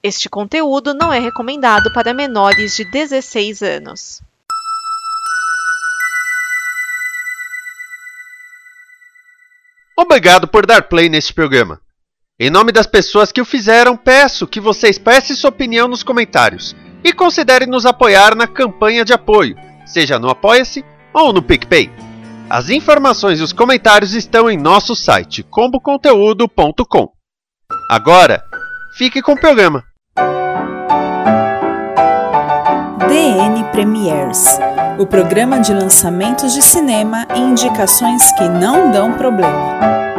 Este conteúdo não é recomendado para menores de 16 anos. Obrigado por dar play neste programa. Em nome das pessoas que o fizeram, peço que você expresse sua opinião nos comentários e considere nos apoiar na campanha de apoio, seja no Apoia-se ou no PicPay. As informações e os comentários estão em nosso site comboconteúdo.com. Agora, fique com o programa. DN Premiers, o programa de lançamentos de cinema e indicações que não dão problema.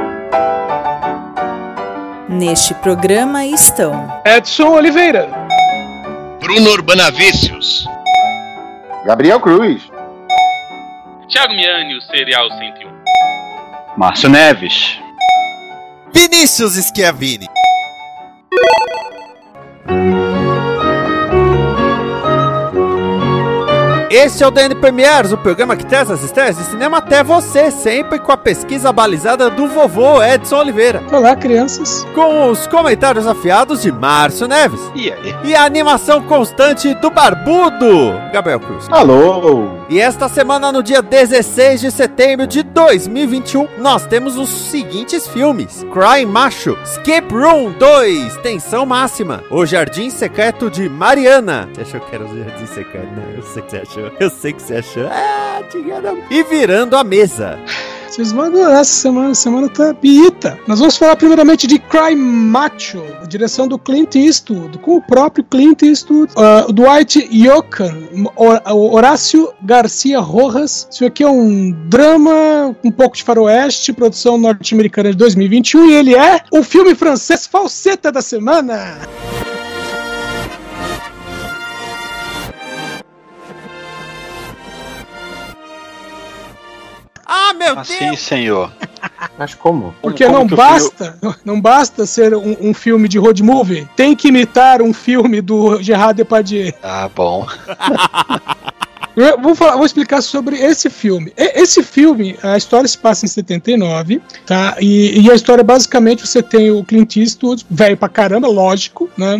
Neste programa estão Edson Oliveira, Bruno Urbanavícios, Gabriel Cruz, Thiago Miani, o Serial 101, Márcio Neves, Vinícius Schiavini. Este é o DN Premiers, o programa que traz as estreias de cinema até você, sempre com a pesquisa balizada do vovô Edson Oliveira. Olá, crianças. Com os comentários afiados de Márcio Neves. E aí? E a animação constante do barbudo Gabriel Cruz. Alô! E esta semana, no dia 16 de setembro de 2021, nós temos os seguintes filmes: Cry Macho, Escape Room 2, Tensão Máxima, O Jardim Secreto de Mariana. Você achou que era o Jardim Secreto, né? Eu sei que você achou. Eu sei que você achou. Ah, e Virando a Mesa. Vocês vão adorar essa semana. A semana tá biita. Nós vamos falar primeiramente de Cry Macho, a direção do Clint Eastwood, com o próprio Clint Eastwood, Dwight Yoakam, Horácio Garcia Rojas. Isso aqui é um drama, um pouco de faroeste, produção norte-americana de 2021, e ele é o filme francês falseta da semana. Ah, meu assim, Deus! senhor. Mas como? Porque Como não que basta, não basta ser um filme de road movie, tem que imitar um filme do Gerard Depardieu. Tá bom. Vou explicar sobre esse filme. Esse filme, a história se passa em 79, tá? E a história, basicamente, você tem o Clint Eastwood, velho pra caramba, lógico, né?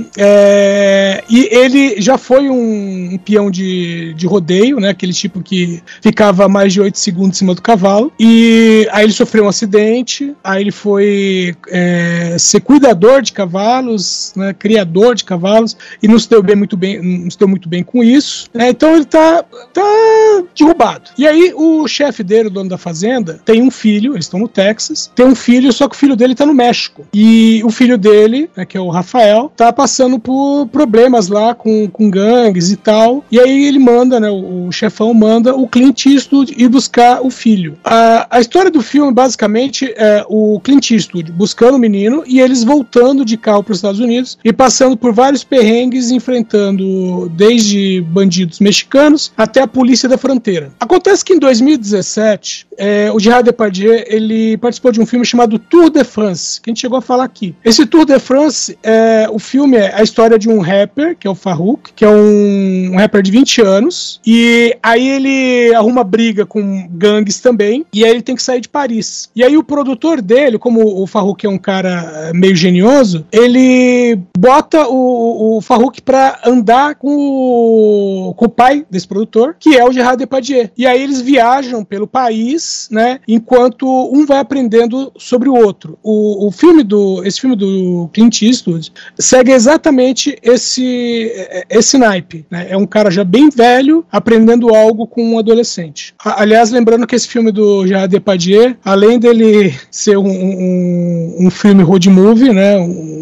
E ele já foi um peão de rodeio, né? Aquele tipo que ficava mais de 8 segundos em cima do cavalo. E aí ele sofreu um acidente, aí ele foi ser cuidador de cavalos, né? Criador de cavalos, e não se deu muito bem com isso, né? Então ele tá derrubado. E aí o chefe dele, o dono da fazenda, tem um filho, eles estão no Texas, tem um filho, só que o filho dele tá no México. E o filho dele, né, que é o Rafael, tá passando por problemas lá com gangues e tal. E aí ele manda, né, o chefão manda o Clint Eastwood ir buscar o filho. A história do filme, basicamente, é o Clint Eastwood buscando o menino e eles voltando de carro para os Estados Unidos e passando por vários perrengues, enfrentando desde bandidos mexicanos até a polícia da fronteira. Acontece que em 2017, o Gerard Depardieu, ele participou de um filme chamado Tour de France, que a gente chegou a falar aqui. Esse Tour de France, o filme é a história de um rapper, que é o Farouk, que é um rapper de 20 anos, e aí ele arruma briga com gangues também, e aí ele tem que sair de Paris. E aí o produtor dele, como o Farouk é um cara meio genioso, ele bota o Farouk pra andar com o pai desse produtor, que é o Gerard Depardieu. E aí eles viajam pelo país, né, enquanto um vai aprendendo sobre o outro. Esse filme do Clint Eastwood segue exatamente esse naipe, né? É um cara já bem velho aprendendo algo com um adolescente. Aliás, lembrando que esse filme do Gerard Depardieu, além dele ser um filme road movie, né,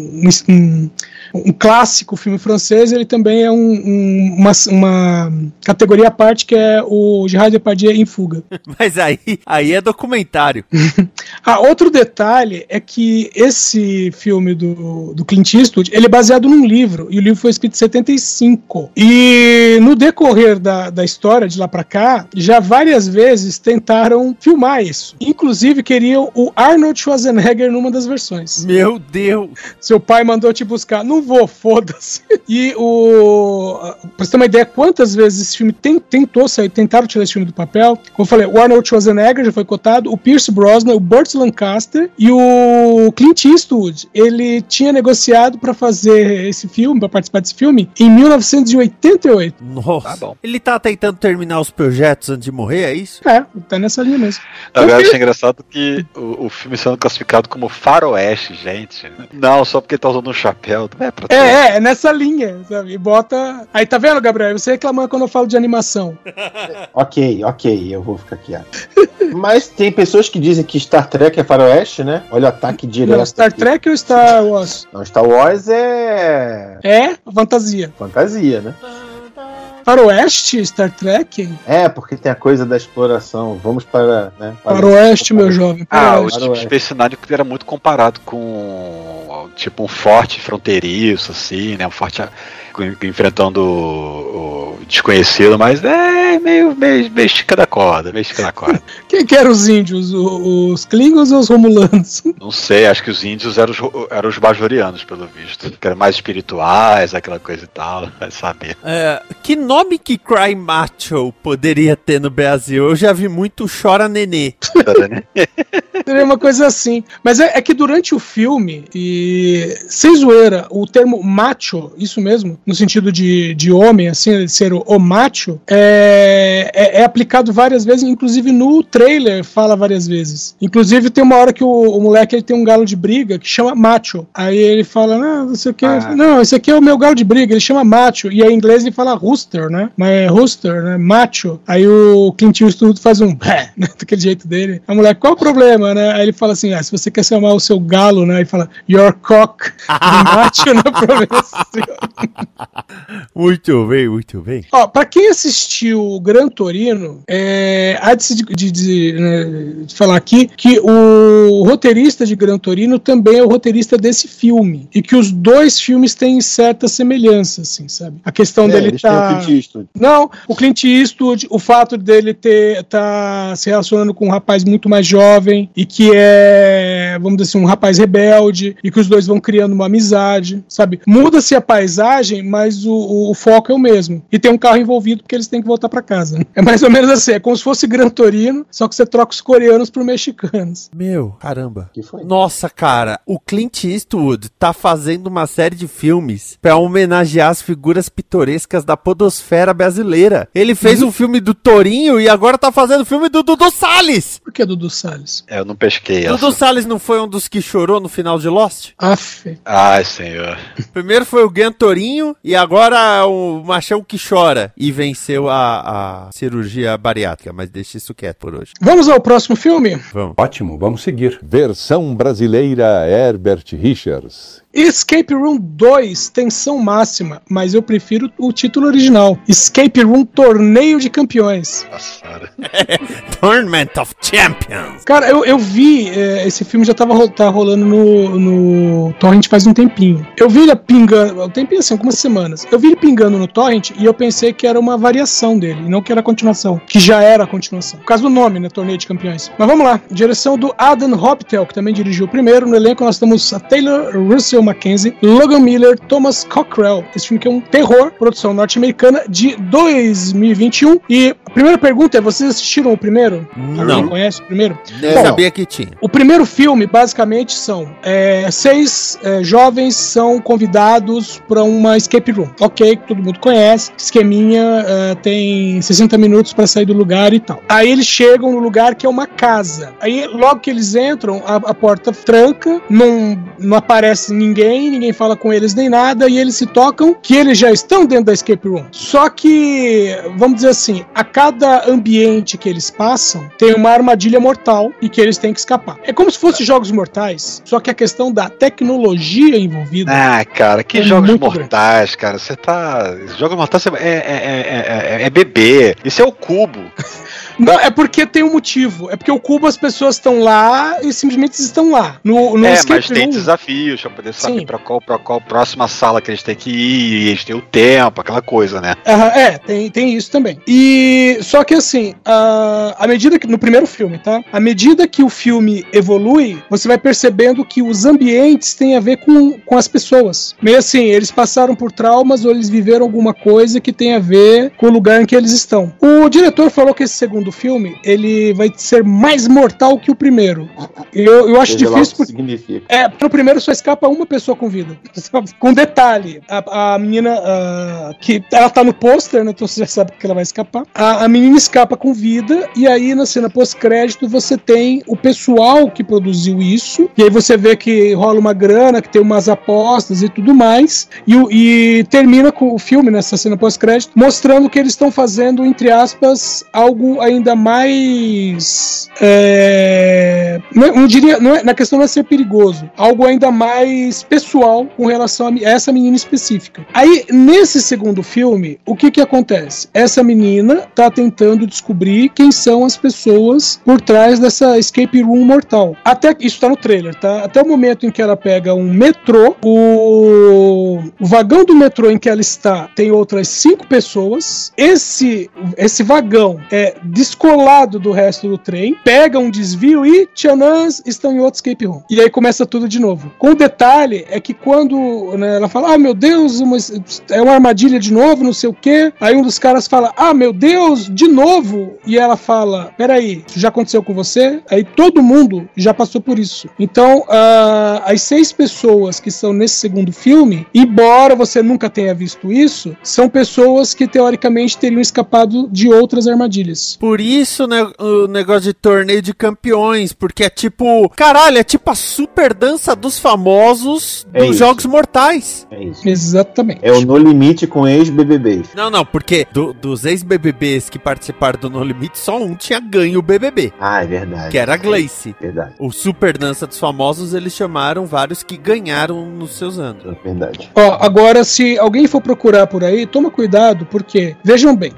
um clássico filme francês, ele também é uma categoria à parte, que é o Gerard Depardieu em Fuga. Mas aí é documentário. Outro detalhe é que esse filme do Clint Eastwood, ele é baseado num livro, e o livro foi escrito em 75. E no decorrer da história, de lá pra cá, já várias vezes tentaram filmar isso. Inclusive, queriam o Arnold Schwarzenegger numa das versões. Meu Deus! Seu pai mandou te buscar. Não vou, foda-se. E pra você ter uma ideia quantas vezes esse filme tentaram tirar esse filme do papel, como eu falei, o Arnold Schwarzenegger já foi cotado, o Pierce Brosnan, o Burt Lancaster e o Clint Eastwood. Ele tinha negociado pra fazer esse filme, pra participar desse filme, em 1988. Nossa. Tá bom. Ele tá tentando terminar os projetos antes de morrer, é isso? É, tá nessa linha mesmo. Agora eu achei engraçado que o filme sendo classificado como faroeste, gente. Não, só porque tá usando um chapéu. Não é pra ter. É nessa linha, sabe? E bota... Aí, tá vendo, Gabriel? Você reclamando quando eu falo de animação. Ok, eu vou ficar quieto. Mas tem pessoas que dizem que Star Trek é faroeste, né? Olha o ataque direto. Não, Star Trek ou Star Wars? Não, Star Wars é... É fantasia. Fantasia, né? Faroeste, Star Trek? É, porque tem a coisa da exploração. Vamos para... Né, Faroeste, meu jovem. Faroeste. O Space Nine era muito comparado com tipo um forte fronteiriço, assim, né? Um forte enfrentando o desconhecido, mas é meio estica da corda, Quem que eram os índios? Os Klingons ou os Romulanos? Não sei, acho que os índios eram os bajorianos, pelo visto, que eram mais espirituais, aquela coisa e tal, vai saber. Que nome que Cry Macho poderia ter no Brasil? Eu já vi muito Chora Nenê. Seria uma coisa assim. Mas é que durante o filme, e sem zoeira, o termo macho, isso mesmo, no sentido de homem, assim, de ser o macho, é aplicado várias vezes, inclusive no trailer fala várias vezes. Inclusive tem uma hora que o moleque ele tem um galo de briga que chama macho. Aí ele fala, não, esse aqui é o meu galo de briga, ele chama macho. E aí em inglês ele fala rooster, né? Mas é rooster, né? Macho. Aí o Clint Eastwood faz um né? Daquele jeito dele. A mulher, qual o problema, né? Aí ele fala assim, se você quer chamar o seu galo, né? Ele fala, your cock. Macho não é problema seu. Muito bem. Ó, pra quem assistiu Gran Torino, há de falar aqui que o roteirista de Gran Torino também é o roteirista desse filme. E que os dois filmes têm certa semelhança, assim, sabe? A questão dele tá... Não, o Clint Eastwood, o fato dele tá se relacionando com um rapaz muito mais jovem e que é, vamos dizer assim, um rapaz rebelde e que os dois vão criando uma amizade, sabe? Muda-se a paisagem, mas o foco é o mesmo. E tem um carro envolvido porque eles têm que voltar pra casa. Né? É mais ou menos assim, é como se fosse Gran Torino, só que você troca os coreanos por mexicanos. Meu, caramba. Que foi? Nossa, cara, o Clint Eastwood tá fazendo uma série de filmes pra homenagear as figuras pitorescas da podosfera brasileira. Ele fez um filme do Torinho e agora tá fazendo o filme do Dudu Salles. Por que Dudu Salles? Eu não pesquei Dudu Salles não foi um dos que chorou no final de Lost? Aff. Ai, senhor. Primeiro foi o Gran Torinho e agora o machão que chora e venceu a cirurgia bariátrica, mas deixa isso quieto por hoje. Vamos ao próximo filme? Vamos. Ótimo, vamos seguir. Versão brasileira Herbert Richards. Escape Room 2, tensão máxima, mas eu prefiro o título original. Escape Room Torneio de Campeões. Nossa. Tournament of Champions. Cara, eu vi, esse filme já tá rolando no Torrent faz um tempinho. Eu vi ele pingando, um tempinho assim, algumas semanas. Eu vi ele pingando no Torrent e eu pensei que era uma variação dele, e não que era a continuação, que já era a continuação. Por causa do nome, né, Torneio de Campeões. Mas vamos lá, direção do Adam Hoptel, que também dirigiu o primeiro. No elenco nós temos a Taylor Russell Mackenzie, Logan Miller, Thomas Cockrell. Esse filme que é um terror, produção norte-americana de 2021. E a primeira pergunta é, vocês assistiram o primeiro? Não. Alguém conhece o primeiro? Eu sabia que tinha. O primeiro filme, basicamente, são 6 jovens são convidados para uma escape room. Ok, todo mundo conhece. Esqueminha, tem 60 minutos para sair do lugar e tal. Aí eles chegam no lugar que é uma casa. Aí, logo que eles entram, a porta tranca, não aparece ninguém fala com eles nem nada, e eles se tocam que eles já estão dentro da escape room. Só que, vamos dizer assim, a cada ambiente que eles passam, tem uma armadilha mortal e que eles têm que escapar. É como se fosse Jogos Mortais, só que a questão da tecnologia envolvida... Ah, cara, que Jogos Mortais, cara. Você tá... Jogos Mortais é bebê. Isso é o Cubo. Não, é porque tem um motivo. É porque o cubo as pessoas estão lá e simplesmente estão lá. No mas tem desafios pra poder saber pra qual próxima sala que eles têm que ir, e eles têm o tempo, aquela coisa, né? Tem isso também. E só que assim, à medida que no primeiro filme, tá? À medida que o filme evolui, você vai percebendo que os ambientes têm a ver com as pessoas. Meio assim, eles passaram por traumas ou eles viveram alguma coisa que tem a ver com o lugar em que eles estão. O diretor falou que esse segundo filme, ele vai ser mais mortal que o primeiro. Eu acho difícil porque significa. Porque no primeiro só escapa uma pessoa com vida. Com detalhe, a menina que ela tá no pôster, né? Então você já sabe que ela vai escapar. A menina escapa com vida e aí na cena pós-crédito você tem o pessoal que produziu isso e aí você vê que rola uma grana, que tem umas apostas e tudo mais e termina com o filme nessa cena pós-crédito mostrando que eles estão fazendo, entre aspas, algo ainda mais não diria, na questão não é ser perigoso, algo ainda mais pessoal com relação a essa menina específica. Aí, nesse segundo filme, o que acontece? Essa menina tá tentando descobrir quem são as pessoas por trás dessa escape room mortal. Isso tá no trailer, tá? Até o momento em que ela pega um metrô, o vagão do metrô em que ela está tem outras 5 pessoas. Esse vagão é descolado do resto do trem, pega um desvio e tchanãs, estão em outro escape room. E aí começa tudo de novo. Com o detalhe é que quando, né, ela fala, meu Deus, é uma armadilha de novo, não sei o quê. Aí um dos caras fala, meu Deus, de novo. E ela fala, peraí, isso já aconteceu com você? Aí todo mundo já passou por isso. Então, as 6 pessoas que são nesse segundo filme, embora você nunca tenha visto isso, são pessoas que teoricamente teriam escapado de outras armadilhas. Por isso, né, o negócio de torneio de campeões, porque é tipo, caralho, é tipo a super dança dos famosos dos Jogos Mortais. É isso. Exatamente. É o No Limite com ex-BBBs. Não, porque dos ex-BBBs que participaram do No Limite, só um tinha ganho o BBB. É verdade. Que era a Gleice. Verdade. O Super Dança dos Famosos, eles chamaram vários que ganharam nos seus anos. É verdade. Agora, se alguém for procurar por aí, toma cuidado, porque, vejam bem,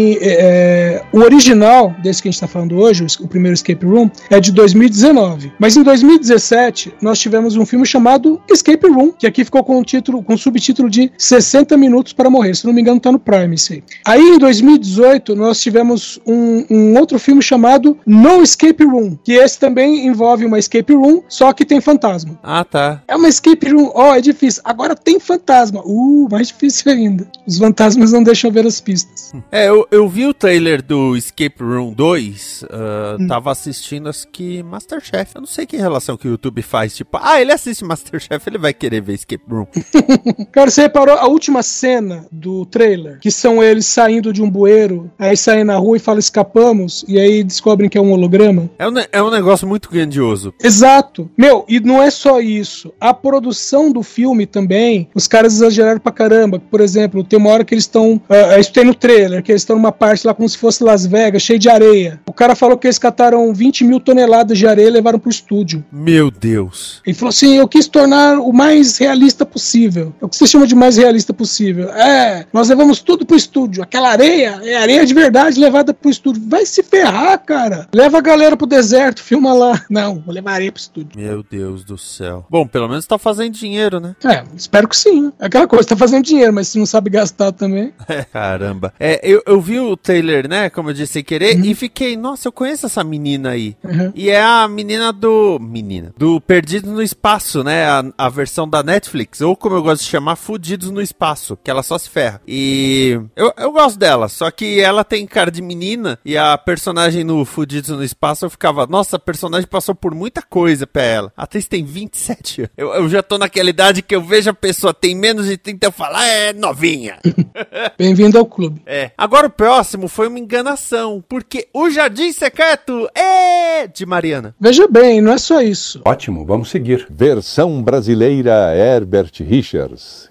o original desse que a gente está falando hoje, o primeiro Escape Room, é de 2019. Mas em 2017, nós tivemos um filme chamado Escape Room, que aqui ficou com o subtítulo de 60 minutos para morrer. Se não me engano, tá no Prime, isso aí. Aí, em 2018, nós tivemos um outro filme chamado No Escape Room, que esse também envolve uma escape room, só que tem fantasma. Tá. É uma escape room, é difícil. Agora tem fantasma. Mais difícil ainda. Os fantasmas não deixam ver as pistas. Eu vi o trailer do Escape Room 2, tava assistindo, acho que Masterchef. Eu não sei que relação que o YouTube faz, tipo, ele assiste Masterchef, ele vai querer ver Escape Room. Cara, você reparou a última cena do trailer? Que são eles saindo de um bueiro, aí saem na rua e falam escapamos, e aí descobrem que é um holograma? É um negócio muito grandioso. Exato. E não é só isso. A produção do filme também, os caras exageraram pra caramba. Por exemplo, tem uma hora que eles estão, isso tem no trailer, que eles estão numa parte lá como se fosse Las Vegas, cheio de areia. O cara falou que eles cataram 20 mil toneladas de areia e levaram pro estúdio. Meu Deus. Ele falou assim, eu quis tornar o mais realista possível. É o que você chama de mais realista possível. Nós levamos tudo pro estúdio. Aquela areia é areia de verdade levada pro estúdio. Vai se ferrar, cara. Leva a galera pro deserto, filma lá. Não, vou levar areia pro estúdio. Meu Deus do céu. Bom, pelo menos tá fazendo dinheiro, né? Espero que sim. É aquela coisa, tá fazendo dinheiro, mas se não sabe gastar também. Caramba. Eu vi o trailer, né, como eu disse sem querer, e fiquei, nossa, eu conheço essa menina aí. E é a menina do Perdidos no Espaço, né, a versão da Netflix, ou como eu gosto de chamar, Fudidos no Espaço, que ela só se ferra. E eu gosto dela, só que ela tem cara de menina, e a personagem no Fudidos no Espaço, eu ficava, nossa, a personagem passou por muita coisa pra ela. A atriz tem 27 anos. Eu já tô naquela idade que eu vejo a pessoa tem menos de 30 e eu falo, novinha. Bem-vindo ao clube. Agora o próximo foi uma enganação, porque o Jardim Secreto é de Mariana. Veja bem, não é só isso. Ótimo, vamos seguir. Versão brasileira Herbert Richards.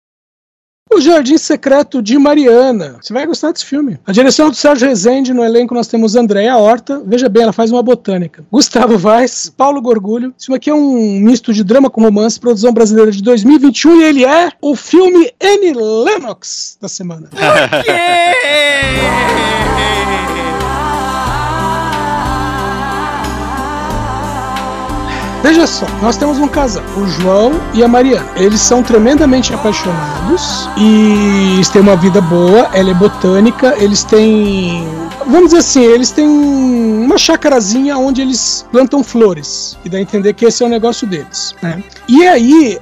O Jardim Secreto de Mariana. Você vai gostar desse filme. A direção é do Sérgio Rezende. No elenco nós temos Andréa Horta. Veja bem, ela faz uma botânica. Gustavo Vaz, Paulo Gorgulho. Isso aqui é um misto de drama com romance, produção brasileira de 2021. E ele é o filme Annie Lennox da semana. Veja só, nós temos um casal, o João e a Mariana. Eles são tremendamente apaixonados e eles têm uma vida boa, ela é botânica, eles têm... Vamos dizer assim, eles têm uma chacrazinha onde eles plantam flores. E dá a entender que esse é o negócio deles, né? E aí,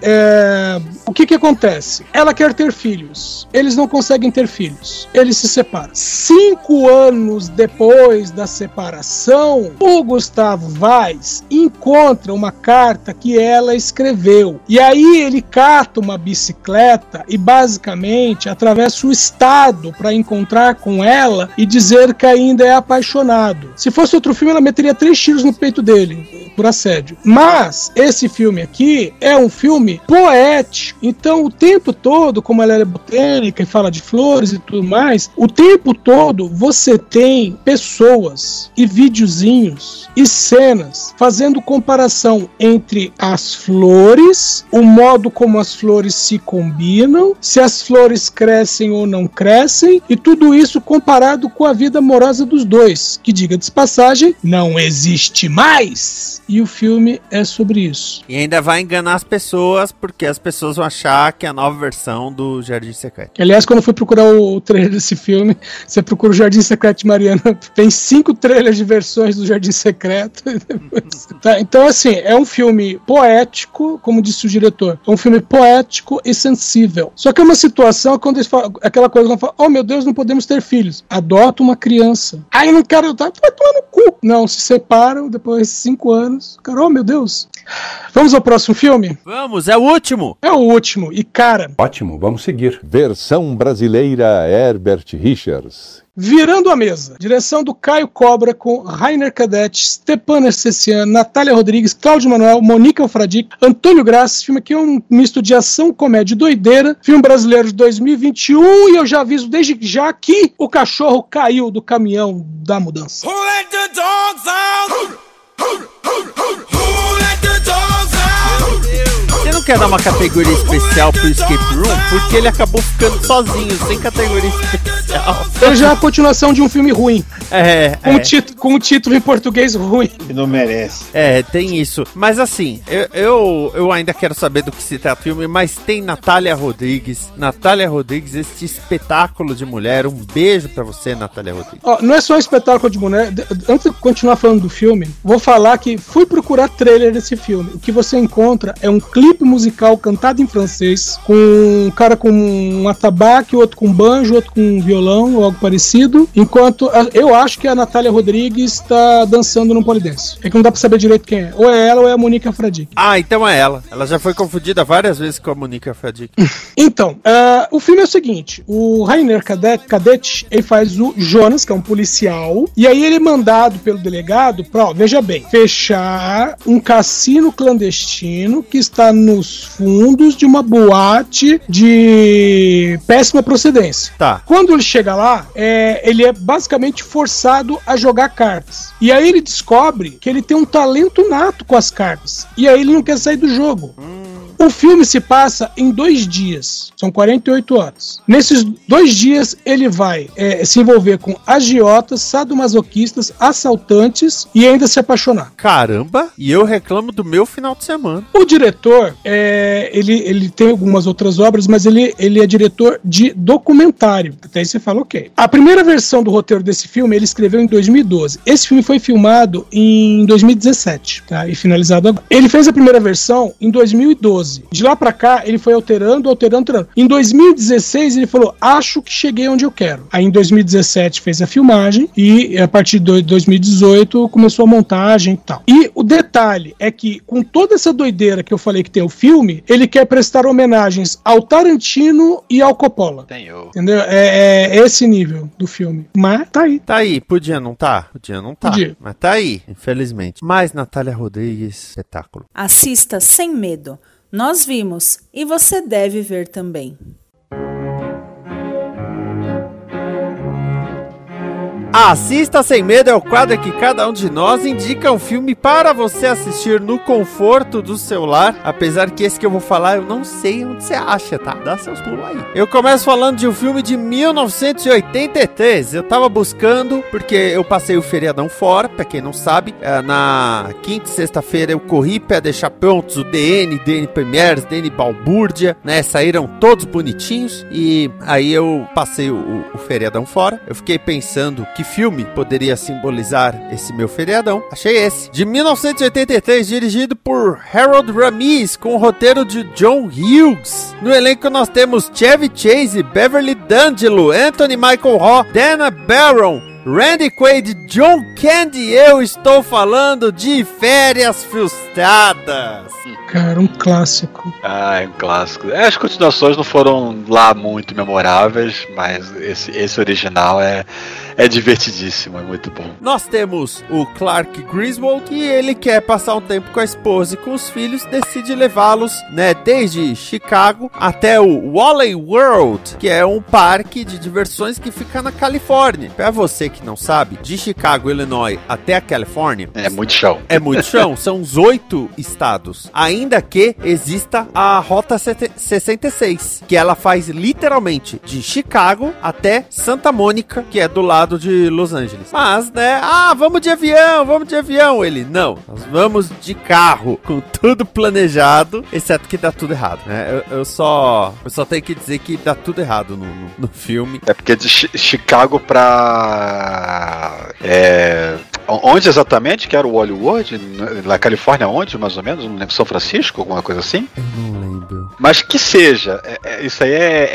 o que acontece? Ela quer ter filhos. Eles não conseguem ter filhos. Eles se separam. 5 anos depois da separação, o Gustavo Vaz encontra uma carta que ela escreveu. E aí ele cata uma bicicleta e basicamente atravessa o estado para encontrar com ela e dizer que ainda é apaixonado. Se fosse outro filme, ela meteria 3 tiros no peito dele por assédio. Mas esse filme aqui é um filme poético. Então o tempo todo, como ela é botânica e fala de flores e tudo mais, o tempo todo você tem pessoas e videozinhos e cenas fazendo comparação entre as flores, o modo como as flores se combinam, se as flores crescem ou não crescem, e tudo isso comparado com a vida amorosa dos dois, que, diga de passagem, não existe mais. E o filme é sobre isso. E ainda vai enganar as pessoas, porque as pessoas vão achar que é a nova versão do Jardim Secreto. Aliás, quando eu fui procurar o trailer desse filme, você procura o Jardim Secreto de Mariana, tem 5 trailers de versões do Jardim Secreto. Tá, então, assim, é um filme poético, como disse o diretor, é um filme poético e sensível. Só que é uma situação quando eles falam, aquela coisa, quando falam, oh meu Deus, não podemos ter filhos. Adota uma criança. Aí não quero adotar, vai tomar no cu. Não, se separam depois de 5 anos. Cara, oh meu Deus. Vamos ao próximo filme? Vamos, é o último. É o último. E cara... Ótimo, vamos seguir. Versão brasileira Herbert Richards. Virando a Mesa. Direção do Caio Cobra com Rainer Cadete, Stepan Nercessian, Natália Rodrigues, Cláudio Manuel, Monique Alfradique, Antônio Graça. Esse filme aqui é um misto de ação, comédia e doideira. Filme brasileiro de 2021 e eu já aviso desde já que o cachorro caiu do caminhão da mudança. Who let the dogs out? Who let the dogs out? Você não quer dar uma categoria especial pro Escape Room? Porque ele acabou ficando sozinho, sem categoria especial. Ele já é a continuação de um filme ruim. Com o título em português ruim. Que não merece. Tem isso. Mas assim, eu ainda quero saber do que se trata o filme, mas tem Natália Rodrigues. Natália Rodrigues, esse espetáculo de mulher. Um beijo pra você, Natália Rodrigues. Não é só espetáculo de mulher. Antes de continuar falando do filme, vou falar que fui procurar trailer desse filme. O que você encontra é um clipe musical cantado em francês, com um cara com um atabaque, outro com banjo, outro com violão ou algo parecido, enquanto eu acho que a Natália Rodrigues está dançando no polidense. É que não dá pra saber direito quem é. Ou é ela ou é a Monique Alfradique. Ah, então é ela. Ela já foi confundida várias vezes com a Monique Alfradique. Então, o filme é o seguinte, o Rainer Cadete, ele faz o Jonas, que é um policial, e aí ele é mandado pelo delegado pra, veja bem, fechar um cassino clandestino que está nos fundos de uma boate de péssima procedência. Tá. Quando ele chega lá, ele é basicamente forçado a jogar cartas. E aí ele descobre que ele tem um talento nato com as cartas. E aí ele não quer sair do jogo. O filme se passa em 2 dias. São 48 horas. Nesses 2 dias, ele vai se envolver com agiotas, sadomasoquistas, assaltantes e ainda se apaixonar. Caramba! E eu reclamo do meu final de semana. O diretor, ele tem algumas outras obras, mas ele é diretor de documentário. Até aí você fala, ok. A primeira versão do roteiro desse filme, ele escreveu em 2012. Esse filme foi filmado em 2017, tá? E finalizado agora. Ele fez a primeira versão em 2012. De lá pra cá, ele foi alterando. Em 2016, ele falou, acho que cheguei onde eu quero. Aí em 2017 fez a filmagem e a partir de 2018 começou a montagem e tal. E o detalhe é que com toda essa doideira que eu falei que tem o filme, ele quer prestar homenagens ao Tarantino e ao Coppola. Entendeu? É esse nível do filme. Mas tá aí. Tá aí. Podia não tá? Podia. Mas tá aí, infelizmente. Mas Natália Rodrigues, espetáculo. Assista sem medo. Nós vimos e você deve ver também. Assista Sem Medo é o quadro que cada um de nós indica um filme para você assistir no conforto do seu lar. Apesar que esse que eu vou falar, eu não sei onde você acha, tá? Dá seus pulos aí. Eu começo falando de um filme de 1983. Eu tava buscando, porque eu passei o feriadão fora, pra quem não sabe. Na quinta e sexta-feira eu corri pra deixar prontos o DN Premiers, DN Balbúrdia, né? Saíram todos bonitinhos. E aí eu passei o feriadão fora. Eu fiquei pensando que filme poderia simbolizar esse meu feriadão. Achei esse. De 1983, dirigido por Harold Ramis, com o roteiro de John Hughes. No elenco nós temos Chevy Chase, Beverly D'Angelo, Anthony Michael Hall, Dana Barron, Randy Quaid, John Candy. Eu estou falando de Férias Frustradas. Cara, um clássico. É um clássico. As continuações não foram lá muito memoráveis, mas esse original é divertidíssimo, é muito bom. Nós temos o Clark Griswold, que ele quer passar um tempo com a esposa e com os filhos, decide levá-los, né, desde Chicago até o Wally World, que é um parque de diversões que fica na Califórnia. Pra você que não sabe, de Chicago, Illinois até a Califórnia... É muito chão. É muito chão, são os 8 estados. Ainda que exista a Rota 66, que ela faz literalmente de Chicago até Santa Mônica, que é do lado de Los Angeles. Mas, né, vamos de avião. Ele, não, nós vamos de carro, com tudo planejado, exceto que dá tudo errado, né? Eu só tenho que dizer que dá tudo errado no filme. É porque de Chicago pra... onde exatamente que era o Hollywood? Na Califórnia, onde, mais ou menos? Não lembro, São Francisco, alguma coisa assim? Eu não lembro. Mas que seja, isso aí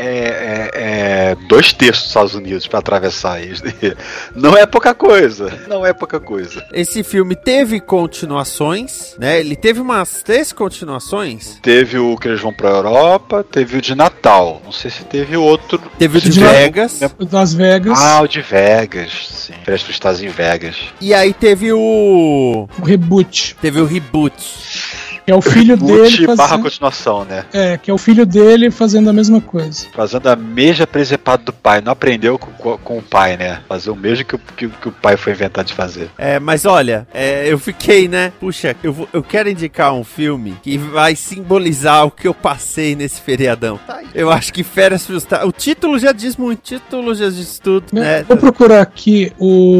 é 2/3 dos Estados Unidos para atravessar isso. Não é pouca coisa. Esse filme teve continuações, né? Ele teve umas 3 continuações. Teve o que eles vão pra Europa, teve o de Natal. Não sei se teve outro. Teve o de Vegas. O das Vegas. O de Vegas, sim. Férias Frustradas em Vegas. E aí teve o reboot. Teve o reboot. Que é o filho dele fazendo... continuação, né? Que é o filho dele fazendo a mesma coisa. Fazendo a mesma presepada do pai. Não aprendeu com o pai, né? Fazer o mesmo que o pai foi inventado de fazer. Mas olha, eu fiquei, né? Puxa, eu quero indicar um filme que vai simbolizar o que eu passei nesse feriadão. Tá aí. Eu acho que Férias Frustradas... O título já diz muito. O título já diz tudo, né? Vou procurar aqui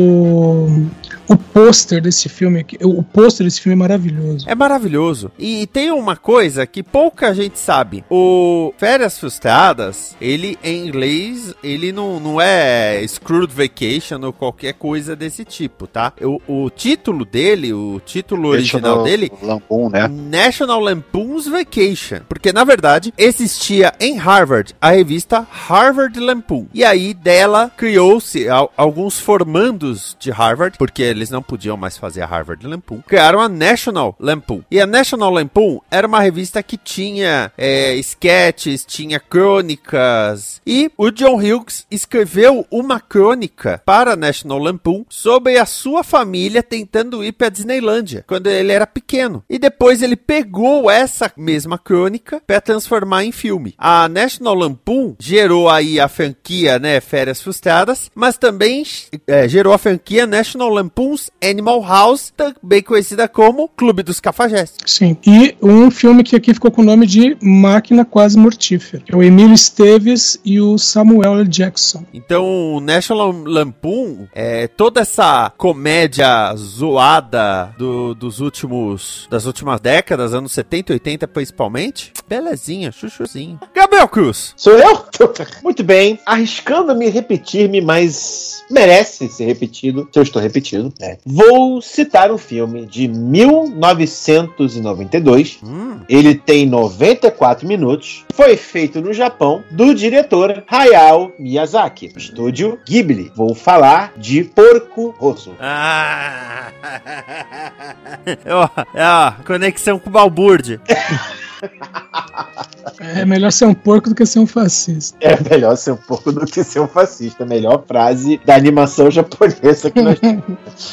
o pôster desse filme. O pôster desse filme é maravilhoso. É maravilhoso. E tem uma coisa que pouca gente sabe. O Férias Frustradas, ele em inglês, ele não é Screwed Vacation ou qualquer coisa desse tipo, tá? O título dele, o título original dele... Lampoon, né? National Lampoon's Vacation. Porque, na verdade, existia em Harvard a revista Harvard Lampoon. E aí, dela, criou-se alguns formandos de Harvard, porque eles não podiam mais fazer a Harvard Lampoon, criaram a National Lampoon. E a National Lampoon era uma revista que tinha sketches, tinha crônicas. E o John Hughes escreveu uma crônica para a National Lampoon sobre a sua família tentando ir para Disneylândia, quando ele era pequeno. E depois ele pegou essa mesma crônica para transformar em filme. A National Lampoon gerou aí a franquia, né, Férias Frustradas, mas também gerou a franquia National Lampoon's Animal House, também conhecida como Clube dos Cafajestes. Sim, e um filme que aqui ficou com o nome de Máquina Quase Mortífera. É o Emílio Esteves e o Samuel L. Jackson. Então, o National Lampoon é toda essa comédia zoada das últimas décadas, anos 70 e 80 principalmente. Belezinha, chuchuzinho. Gabriel Cruz. Sou eu? Muito bem. Arriscando me repetir-me, mas merece ser repetido, se eu estou repetido. Vou citar um filme de 1992. Ele tem 94 minutos. Foi feito no Japão, do diretor Hayao Miyazaki. Estúdio Ghibli. Vou falar de Porco Rosso. Conexão com o Balbúrdia. É melhor ser um porco do que ser um fascista. É melhor ser um porco do que ser um fascista. Melhor frase da animação japonesa que nós temos.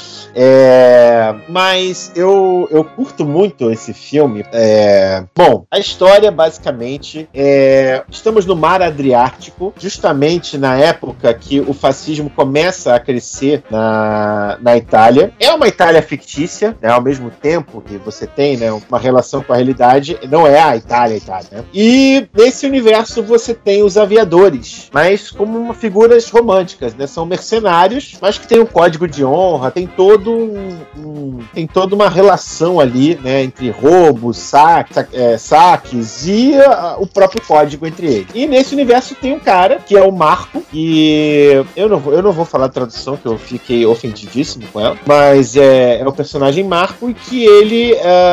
Mas eu curto muito esse filme. Bom, a história basicamente estamos no mar Adriático, justamente na época que o fascismo começa a crescer na Itália. É uma Itália fictícia, né, ao mesmo tempo que você tem, né, uma relação com a realidade. Não é a Itália, né? E nesse universo você tem os aviadores, mas como figuras românticas, né? São mercenários, mas que tem um código de honra, tem toda uma relação ali, né, entre roubos, saques e o próprio código entre eles. E nesse universo tem um cara que é o Marco, e eu não vou falar a tradução, que eu fiquei ofendidíssimo com ela, mas é o personagem Marco, e que ele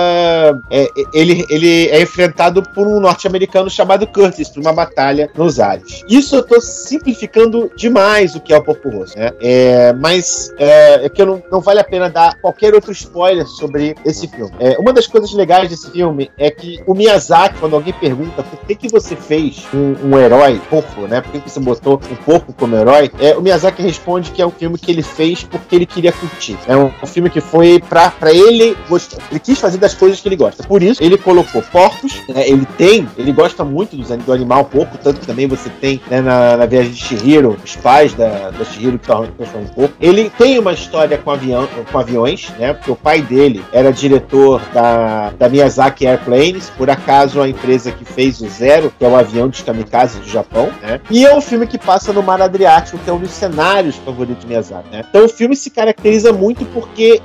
é enfrentado por um norte-americano chamado Curtis, por uma batalha nos ares. Isso eu tô simplificando demais o que é o Porco Rosso, né? Mas é que não vale a pena dar qualquer outro spoiler sobre esse filme. Uma das coisas legais desse filme é que o Miyazaki, quando alguém pergunta por que você fez um herói porco, né? Por que você botou um porco como herói? O Miyazaki responde que é um filme que ele fez porque ele queria curtir. É um filme que foi pra ele gostar. Ele quis fazer das coisas que ele gosta. Por isso, ele colocou porcos, né? Ele gosta muito do animal porco, tanto que também você tem, né, na Viagem de Chihiro, os pais da Chihiro que transformam em porco. Ele tem uma história com aviões, né? Porque o pai dele era diretor da Miyazaki Airplanes, por acaso a empresa que fez o Zero, que é o avião de kamikaze do Japão, né? E é um filme que passa no Mar Adriático, que é um dos cenários favoritos de Miyazaki, né? Então o filme se caracteriza muito porque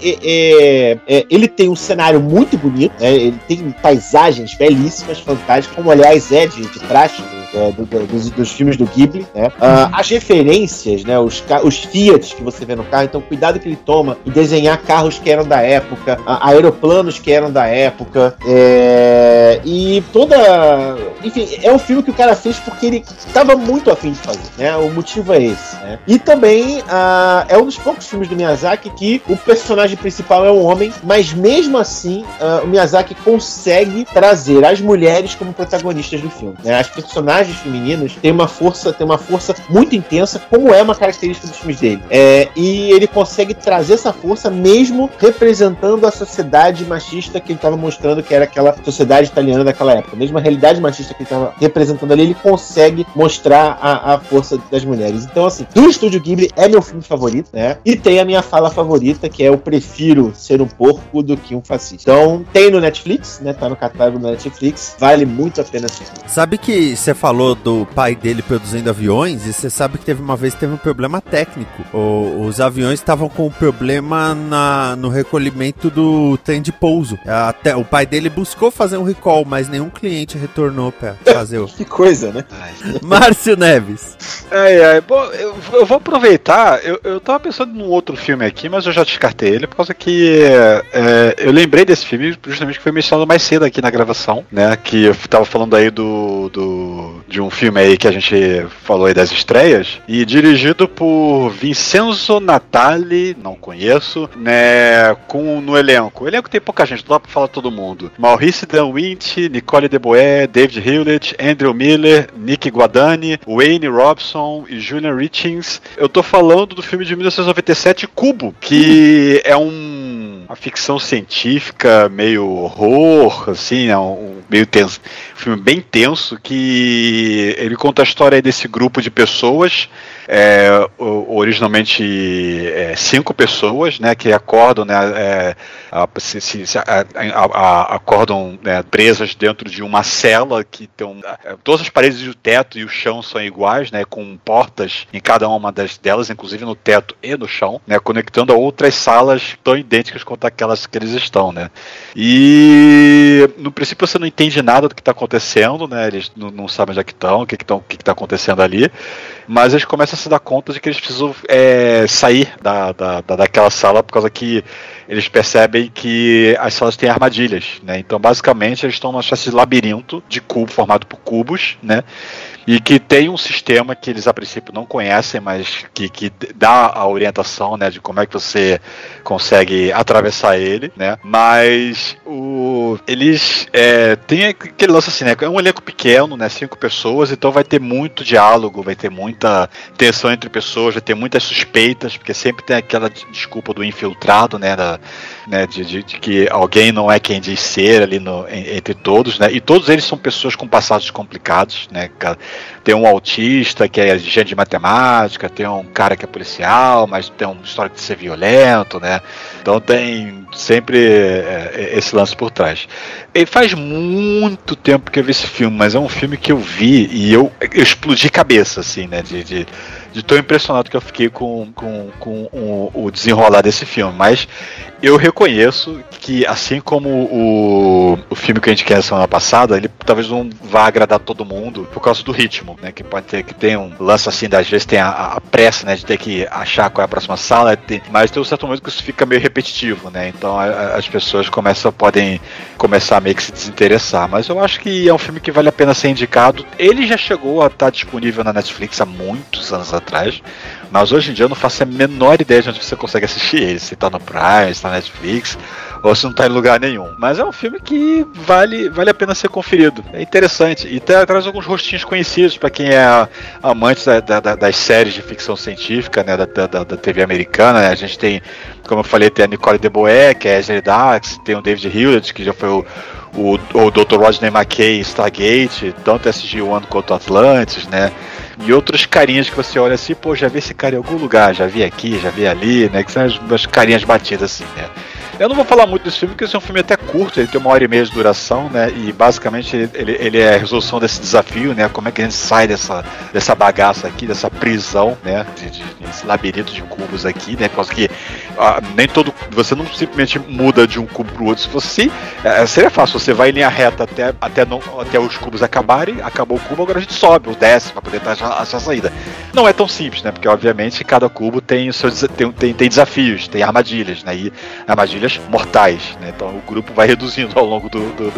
ele tem um cenário muito bonito, né? Ele tem paisagens belíssimas, fantásticas, como aliás é de praxe dos filmes do Ghibli, né? As referências, né? Os Fiat que você vê no carro, então cuidado que ele toma em desenhar carros que eram da época, aeroplanos que eram da época, e enfim, é um filme que o cara fez porque ele estava muito afim de fazer, né? O motivo é esse, né? E também é um dos poucos filmes do Miyazaki que o personagem principal é um homem, mas mesmo assim o Miyazaki consegue trazer as mulheres como protagonistas do filme, né? As personagens femininas têm uma força muito intensa, como é uma característica dos filmes dele. E ele consegue trazer essa força mesmo representando a sociedade machista que ele estava mostrando que era aquela sociedade italiana daquela época. Mesmo a realidade machista que ele estava representando ali, ele consegue mostrar a força das mulheres. Então, assim, do Estúdio Ghibli é meu filme favorito, né? E tem a minha fala favorita, que é: eu prefiro ser um porco do que um fascista. Então, tem no Netflix, né? Tá no catálogo da Netflix. Vale muito a pena assistir. Sabe que você falou do pai dele produzindo aviões, e você sabe que teve um problema técnico. Os aviões estavam com problema no recolhimento do trem de pouso. Até o pai dele buscou fazer um recall, mas nenhum cliente retornou pra fazer Que coisa, né? Márcio Neves. Bom, eu vou aproveitar. Eu tava pensando num outro filme aqui, mas eu já descartei ele, por causa que eu lembrei desse filme justamente que foi mencionado mais cedo aqui na gravação, né? Que eu tava falando aí de um filme aí que a gente falou aí das estreias, e dirigido por Vincenzo Natali, não conheço, né, no elenco. O elenco tem pouca gente, não dá pra falar todo mundo. Maurice Danwint, Nicole Deboé, David Hewlett, Andrew Miller, Nick Guadagni, Wayne Robson e Julian Richings. Eu tô falando do filme de 1997, Kubo, que é uma ficção científica, meio horror, assim, meio tenso, um filme bem tenso, que ele conta a história aí desse grupo de pessoas, originalmente 5 pessoas, né, que acordam, né, acordam, né, presas dentro de uma cela que tem todas as paredes do teto e o chão são iguais, né, com portas em cada uma delas, inclusive no teto e no chão, né, conectando a outras salas tão idênticas quanto aquelas que eles estão, né. E no princípio você não entende nada do que está acontecendo, né, eles não sabem onde é que estão, o que está acontecendo ali, mas eles começam a se dar conta de que eles precisam sair daquela sala, por causa que eles percebem que as salas têm armadilhas, né? Então basicamente eles estão numa espécie de labirinto de cubo formado por cubos, né? E que tem um sistema que eles a princípio não conhecem, mas que dá a orientação, né, de como é que você consegue atravessar ele, né? Mas eles tem aquele lance assim, né? É um elenco pequeno, né? 5 pessoas, então vai ter muito diálogo, vai ter muita tensão entre pessoas, vai ter muitas suspeitas, porque sempre tem aquela desculpa do infiltrado, né? De que alguém não é quem diz ser ali entre todos, né? E todos eles são pessoas com passados complicados, né? Tem um autista que é agente de matemática, tem um cara que é policial, mas tem uma história de ser violento, né? Então tem sempre esse lance por trás. E faz muito tempo que eu vi esse filme, mas é um filme que eu vi e eu explodi cabeça, assim, né? De tão impressionado que eu fiquei com o desenrolar desse filme. Mas eu reconheço que, assim como o filme que a gente quer na semana passada, ele talvez não vá agradar todo mundo por causa do ritmo, né? Que pode ter que tem um lance assim, às vezes tem a pressa, né? De ter que achar qual é a próxima sala, mas tem um certo momento que isso fica meio repetitivo, né? Então as pessoas podem começar a meio que se desinteressar. Mas eu acho que é um filme que vale a pena ser indicado. Ele já chegou a estar disponível na Netflix há muitos anos atrás, mas hoje em dia eu não faço a menor ideia de onde você consegue assistir ele, se tá no Prime, se tá na Netflix, ou se não tá em lugar nenhum. Mas é um filme que vale a pena ser conferido. É interessante. E traz alguns rostinhos conhecidos para quem é amante das séries de ficção científica, né, da TV americana, né? A gente tem, como eu falei, tem a Nicole DeBoer, que é a Angela Dax, tem o David Hewlett, que já foi o Dr. Rodney McKay, Stargate, tanto SG-1 quanto Atlantis, né? E outros carinhas que você olha assim, pô, já vi esse cara em algum lugar, já vi aqui, já vi ali, né? Que são as carinhas batidas assim, né? Eu não vou falar muito desse filme, porque esse é um filme até curto, ele tem 1h30 de duração, né? E basicamente ele é a resolução desse desafio, né? Como é que a gente sai dessa bagaça aqui, dessa prisão, né? Desse labirinto de cubos aqui, né? Por causa que você não simplesmente muda de um cubo pro outro. Se você seria fácil, você vai em linha reta até os cubos acabarem, acabou o cubo, agora a gente sobe, ou desce para poder achar a saída. Não é tão simples, né? Porque obviamente cada cubo tem tem desafios, tem armadilhas, né? E armadilhas mortais, né? Então o grupo vai reduzindo ao longo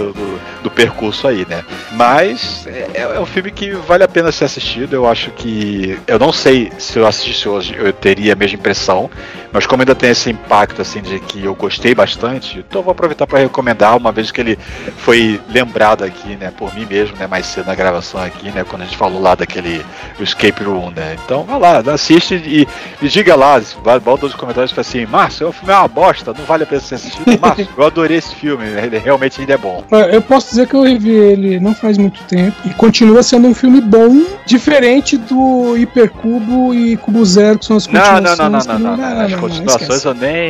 do percurso aí, né? Mas é um filme que vale a pena ser assistido. Eu acho que, eu não sei se eu assistisse hoje eu teria a mesma impressão, mas como ainda tem esse impacto assim de que eu gostei bastante, então eu vou aproveitar para recomendar, uma vez que ele foi lembrado aqui, né, por mim mesmo, né, mais cedo na gravação aqui, né, quando a gente falou lá daquele Escape Room, né? Então vai lá, assiste e diga lá, volta nos comentários e fala assim: Márcio, o filme é uma bosta, não vale a pena ser assistido. Márcio, eu adorei esse filme, ele realmente ainda é bom. Eu posso dizer que eu revi ele não faz muito tempo e continua sendo um filme bom, diferente do Hipercubo e Cubo Zero, que são as continuações. Não. As continuações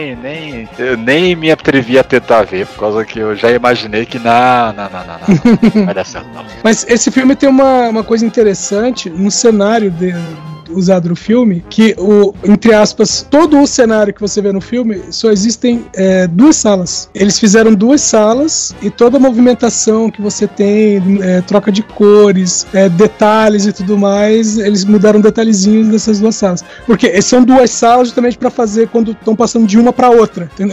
eu nem me atrevi a tentar ver, por causa que eu já imaginei que não vai dar certo não. Mas esse filme tem uma coisa interessante no cenário usado no filme, que entre aspas, todo o cenário que você vê no filme, só existem 2 salas. Eles fizeram 2 salas e toda a movimentação que você tem, troca de cores, detalhes e tudo mais, eles mudaram detalhezinhos dessas 2 salas. Porque são 2 salas justamente para fazer quando estão passando de uma para outra, entendeu?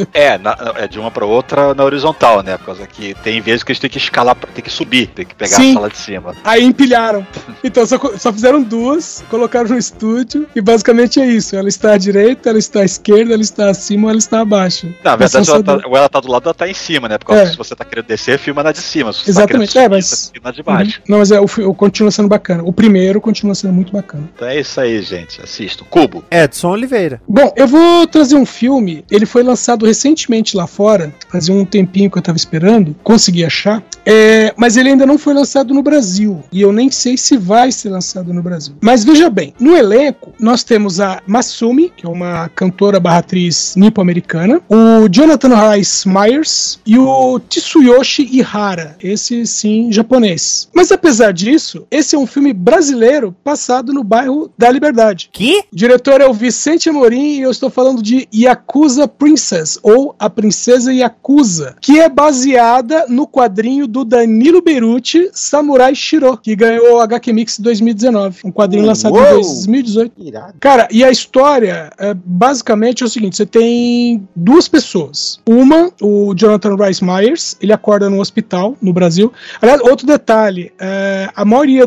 De uma para outra na horizontal, né? Por causa que tem vezes que eles têm que escalar, tem que subir, tem que pegar a sala de cima. Aí empilharam. Então só fizeram 2, colocaram no estúdio e basicamente é isso. Ela está à direita, ela está à esquerda, ela está acima, ela está abaixo. Na verdade, ela tá do lado, ela tá em cima, né? Porque se você tá querendo descer, filma na de cima. Se você exatamente, tá querendo subir, filma na de baixo. Não, mas o continua sendo bacana. O primeiro continua sendo muito bacana. Então é isso aí, gente. Assista. Cubo. Edson Oliveira. Bom, eu vou trazer um filme. Ele foi lançado recentemente lá fora. Fazia um tempinho que eu tava esperando. Consegui achar. Mas ele ainda não foi lançado no Brasil. E eu nem sei se vai ser lançado no Brasil. Mas veja bem, no elenco, nós temos a Masumi, que é uma cantora / atriz nipo-americana, o Jonathan Rhys Meyers e o Tsuyoshi Ihara, esse sim japonês. Mas apesar disso, esse é um filme brasileiro passado no bairro da Liberdade. Que? O diretor é o Vicente Amorim e eu estou falando de Yakuza Princess, ou A Princesa Yakuza, que é baseada no quadrinho do Danilo Beruti, Samurai Shiro, que ganhou o HQ Mix 2019, um quadrinho lançado em 2018. Irado. Cara, e a história basicamente é o seguinte: você tem 2 pessoas. Uma, o Jonathan Rhys Meyers, ele acorda no hospital no Brasil. Aliás, outro detalhe, a maioria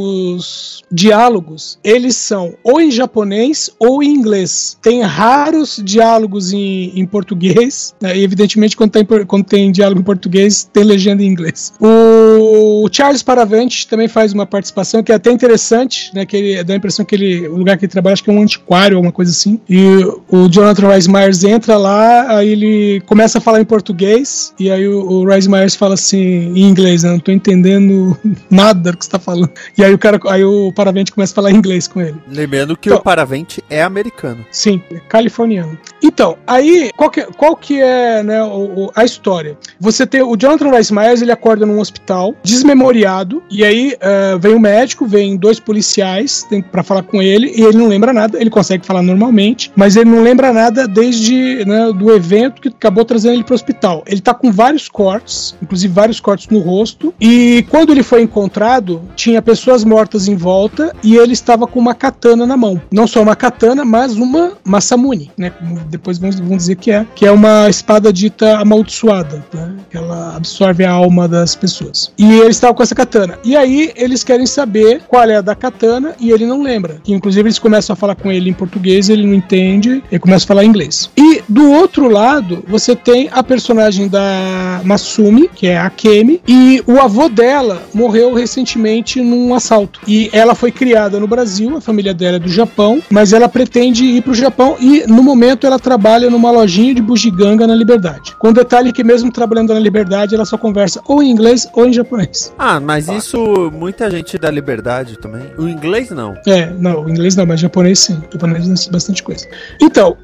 dos diálogos, eles são ou em japonês ou em inglês. Tem raros diálogos em português, né? E evidentemente quando tem diálogo em português, tem legenda em inglês. inglês. O Charles Paravent também faz uma participação que é até interessante, né? Que ele dá a impressão que o lugar que ele trabalha, acho que é um antiquário ou alguma coisa assim. E o Jonathan Rhys Meyers entra lá, aí ele começa a falar em português, e aí o Rhys Meyers fala assim, em inglês, né? Não tô entendendo nada do que você tá falando. E aí o Paravent começa a falar em inglês com ele. Lembrando que o Paravent é americano. Sim, é californiano. Então, aí, qual que é, né, a história? Você tem o Jonathan Rhys Meyers, ele acorda num hospital, desmemoriado, e aí vem um médico, vem 2 policiais pra falar com ele, e ele não lembra nada, ele consegue falar normalmente, mas ele não lembra nada desde, né, do evento que acabou trazendo ele pro hospital. Ele tá com vários cortes, inclusive vários cortes no rosto, e quando ele foi encontrado, tinha pessoas mortas em volta, e ele estava com uma katana na mão. Não só uma katana, mas uma Masamune, né, depois vamos dizer que é uma espada dita amaldiçoada, né, que ela absorve a alma das pessoas. E ele estava com essa katana. E aí eles querem saber qual é a da katana e ele não lembra. E, inclusive eles começam a falar com ele em português, ele não entende, ele começa a falar em inglês. E do outro lado, você tem a personagem da Masumi, que é a Kemi, e o avô dela morreu recentemente num assalto. E ela foi criada no Brasil, a família dela é do Japão, mas ela pretende ir pro Japão e no momento ela trabalha numa lojinha de bugiganga na Liberdade. Com o detalhe que mesmo trabalhando na Liberdade, ela só conversa ou em inglês ou em japonês. Ah, mas isso muita gente da Liberdade também. O inglês não. Não, o inglês não, mas japonês sim. O japonês é bastante coisa. Então,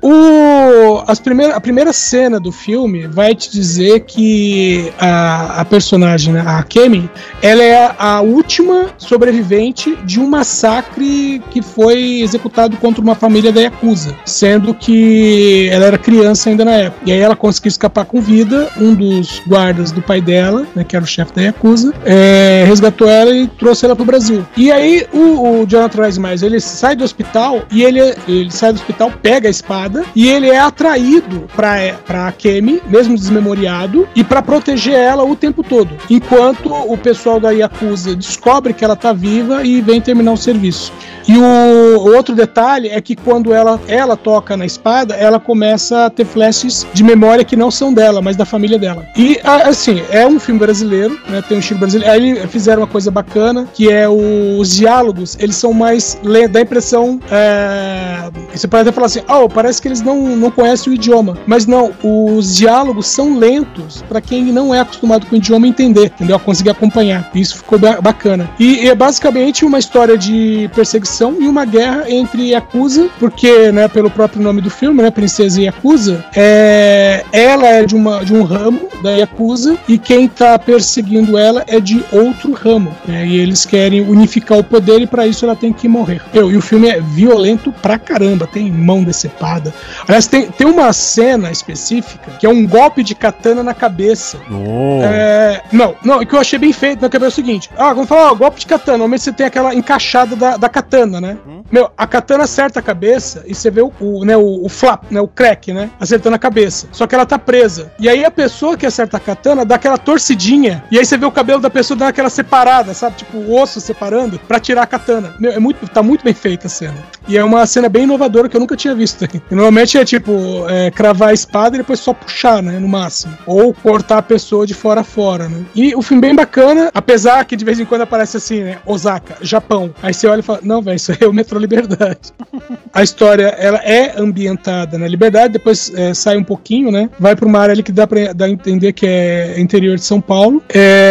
a primeira cena do filme vai te dizer que a personagem, né, a Kemi, ela é a última sobrevivente de um massacre que foi executado contra uma família da Yakuza, sendo que ela era criança ainda na época. E aí ela conseguiu escapar com vida. Um dos guardas do pai dela, né, que era o chefe da Yakuza, resgatou ela e trouxe ela pro Brasil. E aí o Jonathan Rhys Meyers, ele sai do hospital e ele sai do hospital, pega a espada e ele é atraído pra Kemi, mesmo desmemoriado, e pra proteger ela o tempo todo, enquanto o pessoal da Yakuza descobre que ela tá viva e vem terminar o serviço. E o outro detalhe é que quando ela toca na espada, ela começa a ter flashes de memória que não são dela, mas da família dela. E, assim, é um filme brasileiro, né, tem um estilo brasileiro. Aí eles fizeram uma coisa bacana, que é os diálogos, eles são mais lentos, dá a impressão, você pode até falar assim, parece que eles não conhecem o idioma. Mas não, os diálogos são lentos para quem não é acostumado com o idioma entender, entendeu? Conseguir acompanhar. Isso ficou bacana. E é basicamente uma história de perseguição e uma guerra entre Yakuza, porque, né, pelo próprio nome do filme, né, Princesa Yakuza, ela é de um ramo da Yakuza e quem tá perseguindo ela é de outro ramo, né, e eles querem unificar o poder e pra isso ela tem que morrer. E o filme é violento pra caramba, tem mão decepada. Aliás, tem uma cena específica que é um golpe de katana na cabeça. Não, que eu achei bem feito na cabeça é o seguinte, vamos falar, golpe de katana, normalmente você tem aquela encaixada da katana, né? A katana acerta a cabeça e você vê o flap, né, o crack, né, acertando a cabeça. Só que ela tá presa. E aí a pessoa que acerta a katana dá aquela torcidinha e aí você vê o cabelo da pessoa dando aquela separada, sabe? Tipo, o osso separando pra tirar a katana. Tá muito bem feita a cena. E é uma cena bem inovadora que eu nunca tinha visto. E normalmente é tipo, cravar a espada e depois só puxar, né, no máximo. Ou cortar a pessoa de fora a fora, né? E o filme bem bacana, apesar que de vez em quando aparece assim, né, Osaka, Japão. Aí você olha e fala, não, velho, isso aí é o metrô Liberdade. A história, ela é ambientada na Liberdade, depois sai um pouquinho, né? Vai pra uma área ali que dá a entender que é interior de São Paulo.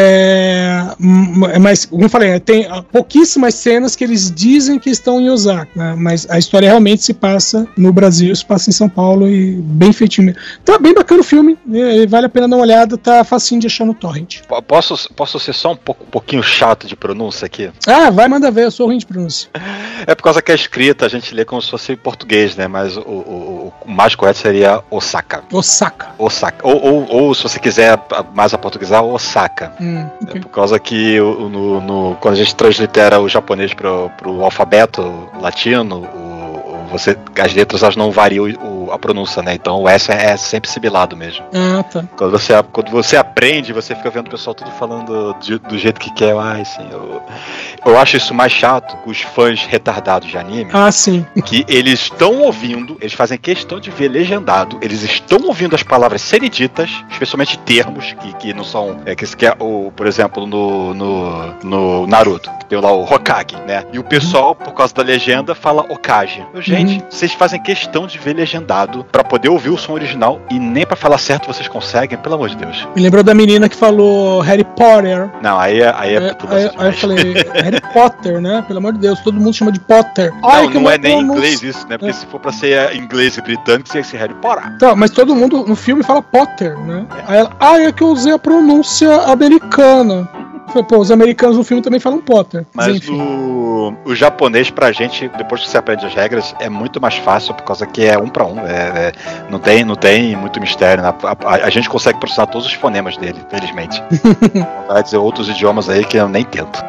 Mas, como eu falei, tem pouquíssimas cenas que eles dizem que estão em Osaka, né? Mas a história realmente se passa no Brasil, se passa em São Paulo e bem feitinho mesmo. Tá bem bacana o filme, vale a pena dar uma olhada, tá facinho de achar no torrent. Posso ser só um pouquinho chato de pronúncia aqui? Vai, manda ver, eu sou ruim de pronúncia. É por causa que a escrita a gente lê como se fosse em português, né? Mas o mais correto seria Osaka. Ou se você quiser mais aportuguesar, Osaka. Okay. É por causa que quando a gente translitera o japonês pro alfabeto latino, as letras elas não variam a pronúncia, né? Então o S é sempre sibilado mesmo. Ah, tá. Quando você aprende, você fica vendo o pessoal tudo falando do jeito que quer. Ai, sim, eu acho isso mais chato com os fãs retardados de anime. Ah, sim. Que eles estão ouvindo, eles fazem questão de ver legendado, eles estão ouvindo as palavras serem ditas, especialmente termos que não são. Por exemplo, no Naruto, que tem lá o Hokage, né? E o pessoal, por causa da legenda, fala Okage. Gente, vocês fazem questão de ver legendado pra poder ouvir o som original e nem pra falar certo vocês conseguem, pelo amor de Deus. Me lembrou da menina que falou Harry Potter. Não, aí é Aí eu falei, Harry Potter, né? Pelo amor de Deus, todo mundo chama de Potter. Não é nem inglês isso, né? Porque se for pra ser inglês e britânico, seria ser Harry Potter. Tá, mas todo mundo no filme fala Potter, né? Aí ela, é que eu usei a pronúncia americana. Falei, pô, os americanos no filme também falam Potter. Mas o japonês, pra gente, depois que você aprende as regras, é muito mais fácil, por causa que é 1 para 1. Não tem muito mistério, né? A gente consegue processar todos os fonemas dele, felizmente. Vai dizer outros idiomas aí que eu nem tento.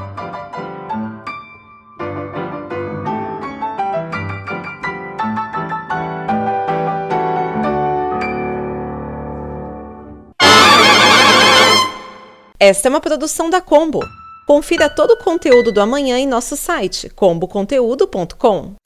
Esta é uma produção da Combo. Confira todo o conteúdo do amanhã em nosso site comboconteúdo.com.